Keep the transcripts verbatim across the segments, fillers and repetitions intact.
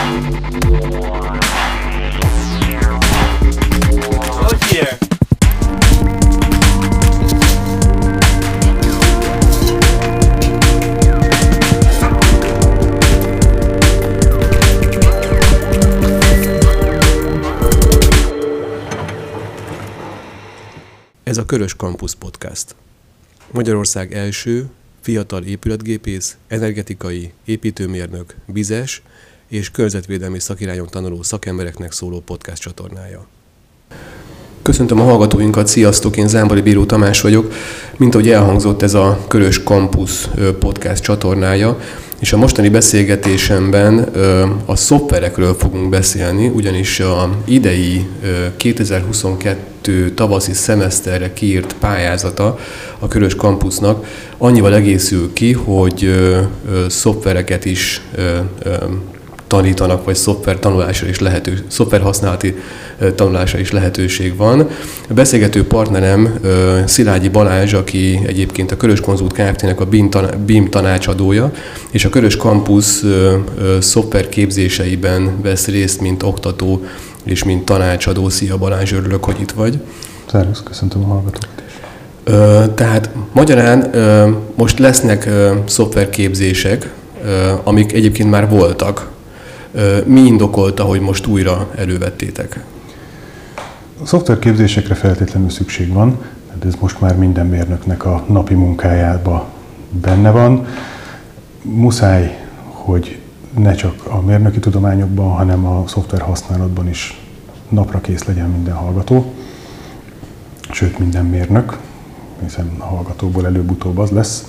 Ez a Körös Campus Podcast. Magyarország első fiatal épületgépész, energetikai, építőmérnök, vizes és környezetvédelmi szakirányon tanuló szakembereknek szóló podcast csatornája. Köszöntöm a hallgatóinkat, sziasztok, én Zámbori Bíró Tamás vagyok. Mint ahogy elhangzott, ez a Körös Campus podcast csatornája, és a mostani beszélgetésemben a szoftverekről fogunk beszélni, ugyanis a idei kétezer-huszonkettő tavaszi szemeszterre kiírt pályázata a Körös Campusnak annyival egészül ki, hogy szoftvereket is tanítanak, vagy szoftver tanulásra is lehető, szoftver használati tanulásra is lehetőség van. A beszélgető partnerem Szilágyi Balázs, aki egyébként a Körös Consult Kft-nek a bé i em tanácsadója, és a Körös Campus szoftver képzéseiben vesz részt, mint oktató és mint tanácsadó. Szia Balázs, örülök, hogy itt vagy. Szervusz, köszöntöm a hallgatókat is. Tehát magyarán most lesznek szoftverképzések, amik egyébként már voltak. Mi indokolta, hogy most újra elővettétek? A szoftverképzésekre feltétlenül szükség van, de ez most már minden mérnöknek a napi munkájában benne van. Muszáj, hogy ne csak a mérnöki tudományokban, hanem a szoftver használatban is napra kész legyen minden hallgató, sőt minden mérnök, hiszen a hallgatóból előbb-utóbb az lesz.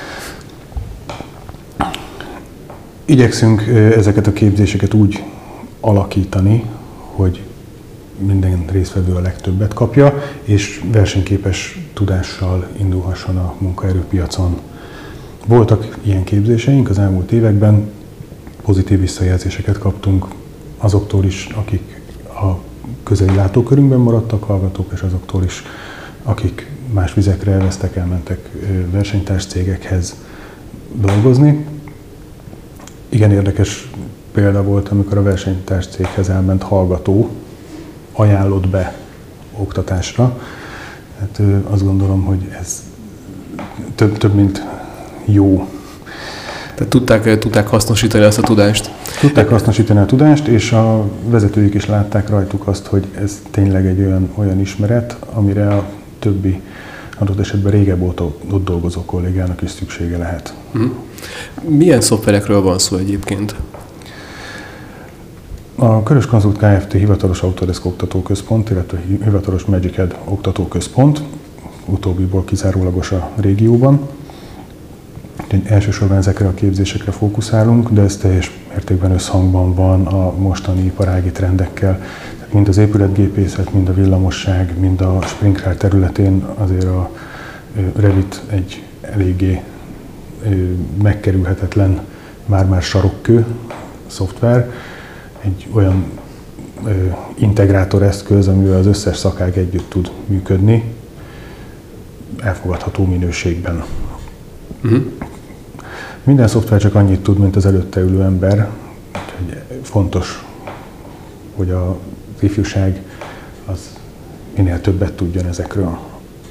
Igyekszünk ezeket a képzéseket úgy alakítani, hogy minden résztvevő a legtöbbet kapja, és versenyképes tudással indulhasson a munkaerőpiacon. Voltak ilyen képzéseink az elmúlt években, pozitív visszajelzéseket kaptunk azoktól is, akik a közeli látókörünkben maradtak hallgatók, és azoktól is, akik más vizekre elvesztek, elmentek versenytárs cégekhez dolgozni. Igen érdekes példa volt, amikor a versenytárs céghez elment hallgató ajánlott be oktatásra. Hát azt gondolom, hogy ez több, több mint jó. Tehát tudták, tudták hasznosítani ezt a tudást? Tudták hasznosítani a tudást, és a vezetőik is látták rajtuk azt, hogy ez tényleg egy olyan, olyan ismeret, amire a többi adott esetben régebb óta ott dolgozó kollégának is szüksége lehet. Hmm. Milyen szoftverekről van szó egyébként? A Körös Consult Kft. Hivatalos Autodesk oktatóközpont, illetve hivatalos MagicEd oktatóközpont, utóbbiból kizárólagos a régióban. Elsősorban ezekre a képzésekre fókuszálunk, de ez teljes mértékben összhangban van a mostani iparági trendekkel. Mind az épületgépészet, mind a villamosság, mind a sprinkler területén azért a Revit egy eléggé megkerülhetetlen, már-már sarokkő szoftver, egy olyan integrátoreszköz, amivel az összes szakág együtt tud működni, elfogadható minőségben. Uh-huh. Minden szoftver csak annyit tud, mint az előtte ülő ember, úgyhogy fontos, hogy a az ifjúság az minél többet tudjon ezekről.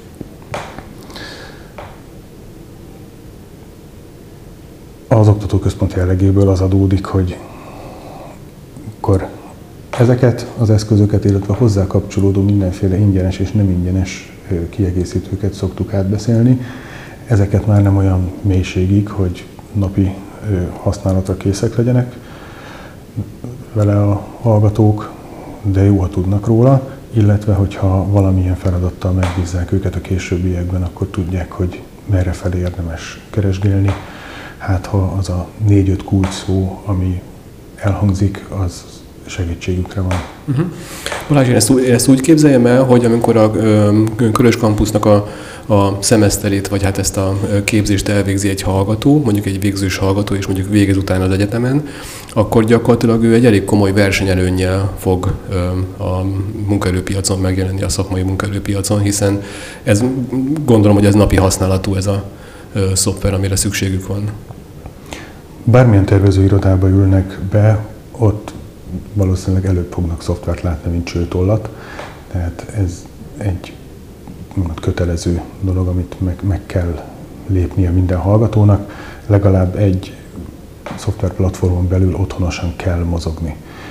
Az oktatóközpont jellegéből az adódik, hogy akkor ezeket az eszközöket, illetve hozzá kapcsolódó mindenféle ingyenes és nem ingyenes kiegészítőket szoktuk átbeszélni. Ezeket már nem olyan mélységig, hogy napi használatra készek legyenek vele a hallgatók, de jó, ha tudnak róla, illetve hogyha valamilyen feladattal megbízzák őket a későbbiekben, akkor tudják, hogy merre felé érdemes keresgélni. Hát ha az a négy-öt kulcs szó, ami elhangzik, az segítségükre van. Uh-huh. Balázs, én ezt, én ezt úgy képzeljem el, hogy amikor a Körös Campusnak a, a szemeszterét, vagy hát ezt a képzést elvégzi egy hallgató, mondjuk egy végzős hallgató, és mondjuk végez utána az egyetemen, akkor gyakorlatilag ő egy elég komoly versenyelőnnyel fog a munkaerőpiacon megjelenni, a szakmai munkaerőpiacon, hiszen ez, gondolom, hogy ez napi használatú ez a szoftver, amire szükségük van. Bármilyen tervezőirodába ülnek be, ott valószínűleg előbb fognak szoftvert látni, mint csőtollat. Tehát ez egy kötelező dolog, amit meg, meg kell lépnie minden hallgatónak. Legalább egy szoftverplatformon belül otthonosan kell mozogni.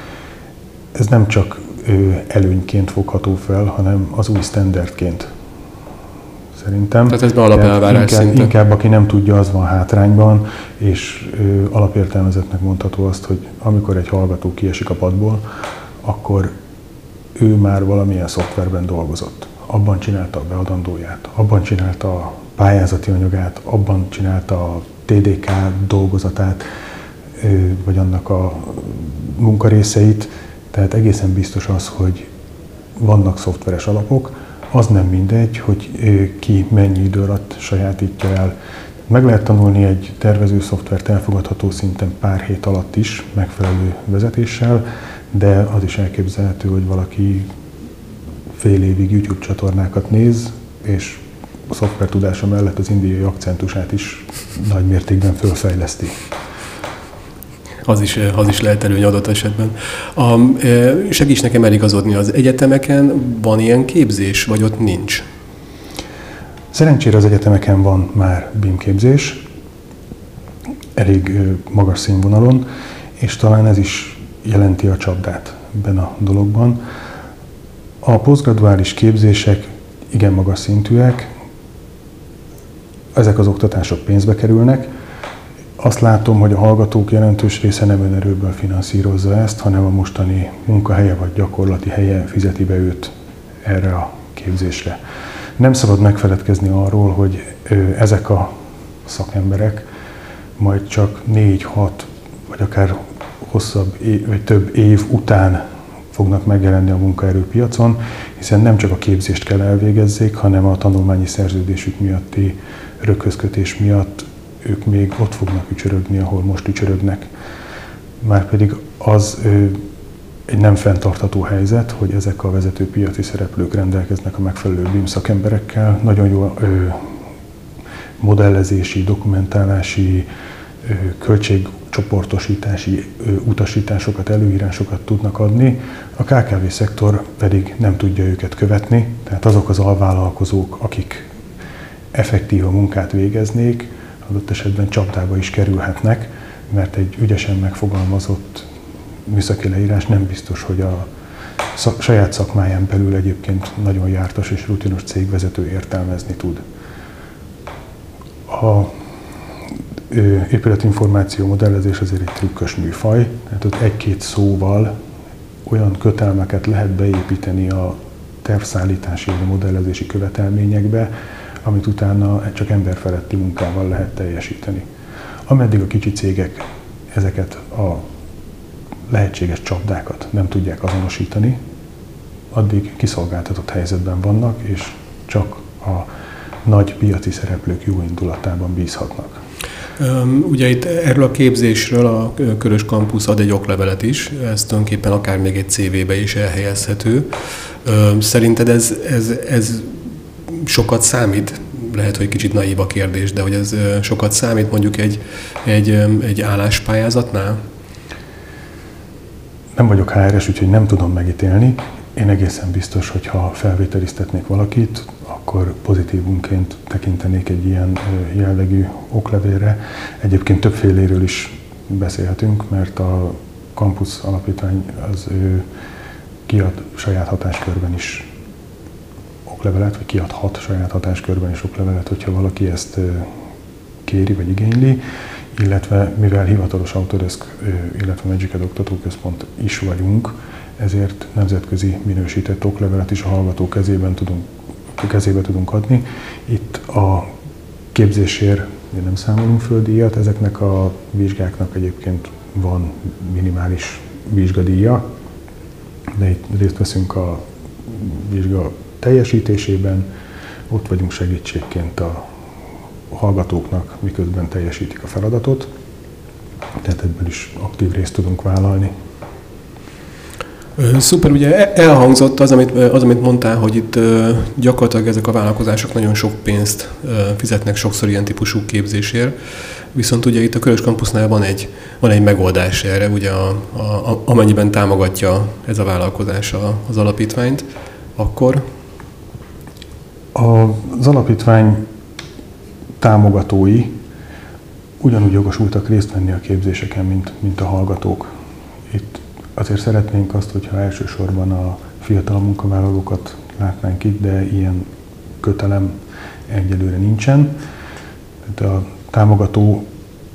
Ez nem csak előnyként fogható fel, hanem az új standardként. Szerintem. Tehát ez alapelvárás inkább, szinte. Inkább aki nem tudja, az van hátrányban, és ö, alapértelmezetnek mondható azt, hogy amikor egy hallgató kiesik a padból, akkor ő már valamilyen szoftverben dolgozott. Abban csinálta a beadandóját, abban csinálta a pályázati anyagát, abban csinálta a té dé ká dolgozatát, ö, vagy annak a munkarészeit. Tehát egészen biztos az, hogy vannak szoftveres alapok, az nem mindegy, hogy ki mennyi idő alatt sajátítja el. Meg lehet tanulni egy tervező szoftvert elfogadható szinten pár hét alatt is, megfelelő vezetéssel, de az is elképzelhető, hogy valaki fél évig YouTube csatornákat néz, és a szoftver tudása mellett az indiai akcentusát is nagy mértékben fölfejleszti. Az is, az is lehet előny adott esetben. A, segíts nekem eligazodni, az egyetemeken van ilyen képzés, vagy ott nincs? Szerencsére az egyetemeken van már bé i em képzés, elég magas színvonalon, és talán ez is jelenti a csapdát ebben a dologban. A posztgraduális képzések igen magas szintűek, ezek az oktatások pénzbe kerülnek. Azt látom, hogy a hallgatók jelentős része nem önerőből finanszírozza ezt, hanem a mostani munkahelye vagy gyakorlati helye fizeti be őt erre a képzésre. Nem szabad megfeledkezni arról, hogy ezek a szakemberek majd csak négy-hat, vagy akár hosszabb év, vagy több év után fognak megjelenni a munkaerőpiacon, hiszen nem csak a képzést kell elvégezzék, hanem a tanulmányi szerződésük miatti röghözkötés miatt ők még ott fognak ücsörögni, ahol most ücsörögnek. Márpedig az ö, egy nem fenntartható helyzet, hogy ezek a vezető piaci szereplők rendelkeznek a megfelelő bé i em szakemberekkel, nagyon jó ö, modellezési, dokumentálási, ö, költségcsoportosítási ö, utasításokat, előírásokat tudnak adni, a ká ká vé szektor pedig nem tudja őket követni, tehát azok az alvállalkozók, akik effektív a munkát végeznék, adott esetben csapdába is kerülhetnek, mert egy ügyesen megfogalmazott műszaki leírás nem biztos, hogy a szak, saját szakmáján belül egyébként nagyon jártas és rutinos cégvezető értelmezni tud. A ö, épületinformáció modellezés azért egy trükkös műfaj, tehát ott egy-két szóval olyan kötelmeket lehet beépíteni a tervszállítási vagy a modellezési követelményekbe, amit utána csak emberfeletti munkával lehet teljesíteni. Ameddig a kicsi cégek ezeket a lehetséges csapdákat nem tudják azonosítani, addig kiszolgáltatott helyzetben vannak, és csak a nagy piaci szereplők jó indulatában bízhatnak. Ugye itt erről a képzésről a Körös Campus ad egy oklevelet is, ez tulajdonképpen akár még egy cé vé-be is elhelyezhető. Szerinted ez, ez, ez sokat számít? Lehet, hogy kicsit naív a kérdés, de hogy ez sokat számít mondjuk egy, egy, egy álláspályázatnál? Nem vagyok há er es, úgyhogy nem tudom megítélni. Én egészen biztos, hogy ha felvételiztetnék valakit, akkor pozitívunként tekintenék egy ilyen jellegű oklevélre. Egyébként többféléről is beszélhetünk, mert a Campus Alapítvány az kiad saját hatáskörben is oklevelet, vagy kiadhat saját hatáskörben is oklevelet, hogyha valaki ezt kéri vagy igényli, illetve mivel hivatalos Autodesk, illetve Magic Oktatóközpont is vagyunk, ezért nemzetközi minősített oklevelet is a hallgató kezében tudunk, kezébe tudunk adni. Itt a képzésért nem számolunk föl díjat, ezeknek a vizsgáknak egyébként van minimális vizsgadíja, de itt részt veszünk a vizsga teljesítésében, ott vagyunk segítségként a hallgatóknak, miközben teljesítik a feladatot, tehát ebből is aktív részt tudunk vállalni. Szuper, ugye elhangzott az, amit, az, amit mondtál, hogy itt gyakorlatilag ezek a vállalkozások nagyon sok pénzt fizetnek sokszor ilyen típusú képzésért, viszont ugye itt a Körös Campusnál van egy, van egy megoldás erre, ugye a, a, amennyiben támogatja ez a vállalkozás az alapítványt, akkor? Az alapítvány támogatói ugyanúgy jogosultak részt venni a képzéseken, mint, mint a hallgatók. Itt azért szeretnénk azt, hogyha elsősorban a fiatal munkavállalókat látnánk itt, de ilyen kötelem egyelőre nincsen. Tehát a támogató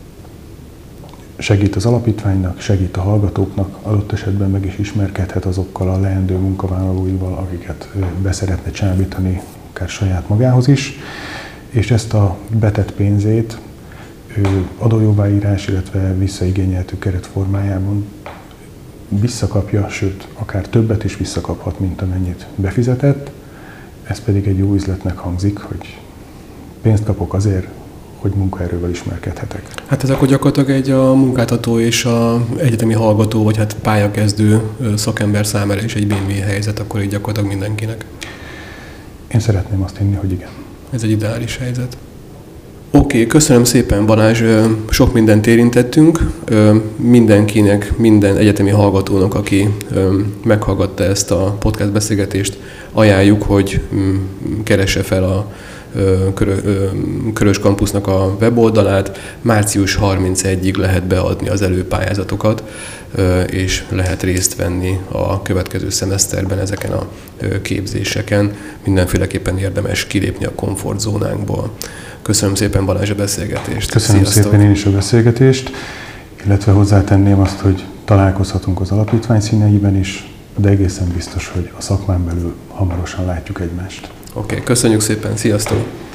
segít az alapítványnak, segít a hallgatóknak, adott esetben meg is ismerkedhet azokkal a leendő munkavállalóival, akiket be szeretne csábítani, akár saját magához is, és ezt a betett pénzét adójóváírás, illetve visszaigényeltő keret formájában visszakapja, sőt, akár többet is visszakaphat, mint amennyit befizetett. Ez pedig egy jó üzletnek hangzik, hogy pénzt kapok azért, hogy munkaerővel ismerkedhetek. Hát ez akkor gyakorlatilag egy a munkáltató és a egyetemi hallgató, vagy hát pályakezdő szakember számára is egy win-win helyzet, akkor így gyakorlatilag mindenkinek. Én szeretném azt hinni, hogy igen. Ez egy ideális helyzet. Oké, okay, köszönöm szépen, Balázs, sok mindent érintettünk. Mindenkinek, minden egyetemi hallgatónak, aki meghallgatta ezt a podcast beszélgetést, ajánljuk, hogy keresse fel a Körös Campusnak a weboldalát. március harmincegyedikéig lehet beadni az előpályázatokat, és lehet részt venni a következő szemeszterben ezeken a képzéseken. Mindenféleképpen érdemes kilépni a komfortzónánkból. Köszönöm szépen, Balázs, a beszélgetést. Köszönöm Sziasztok. szépen én is a beszélgetést, illetve hozzátenném azt, hogy találkozhatunk az alapítvány színeiben is, de egészen biztos, hogy a szakmán belül hamarosan látjuk egymást. Oké, okay, köszönjük szépen, sziasztok!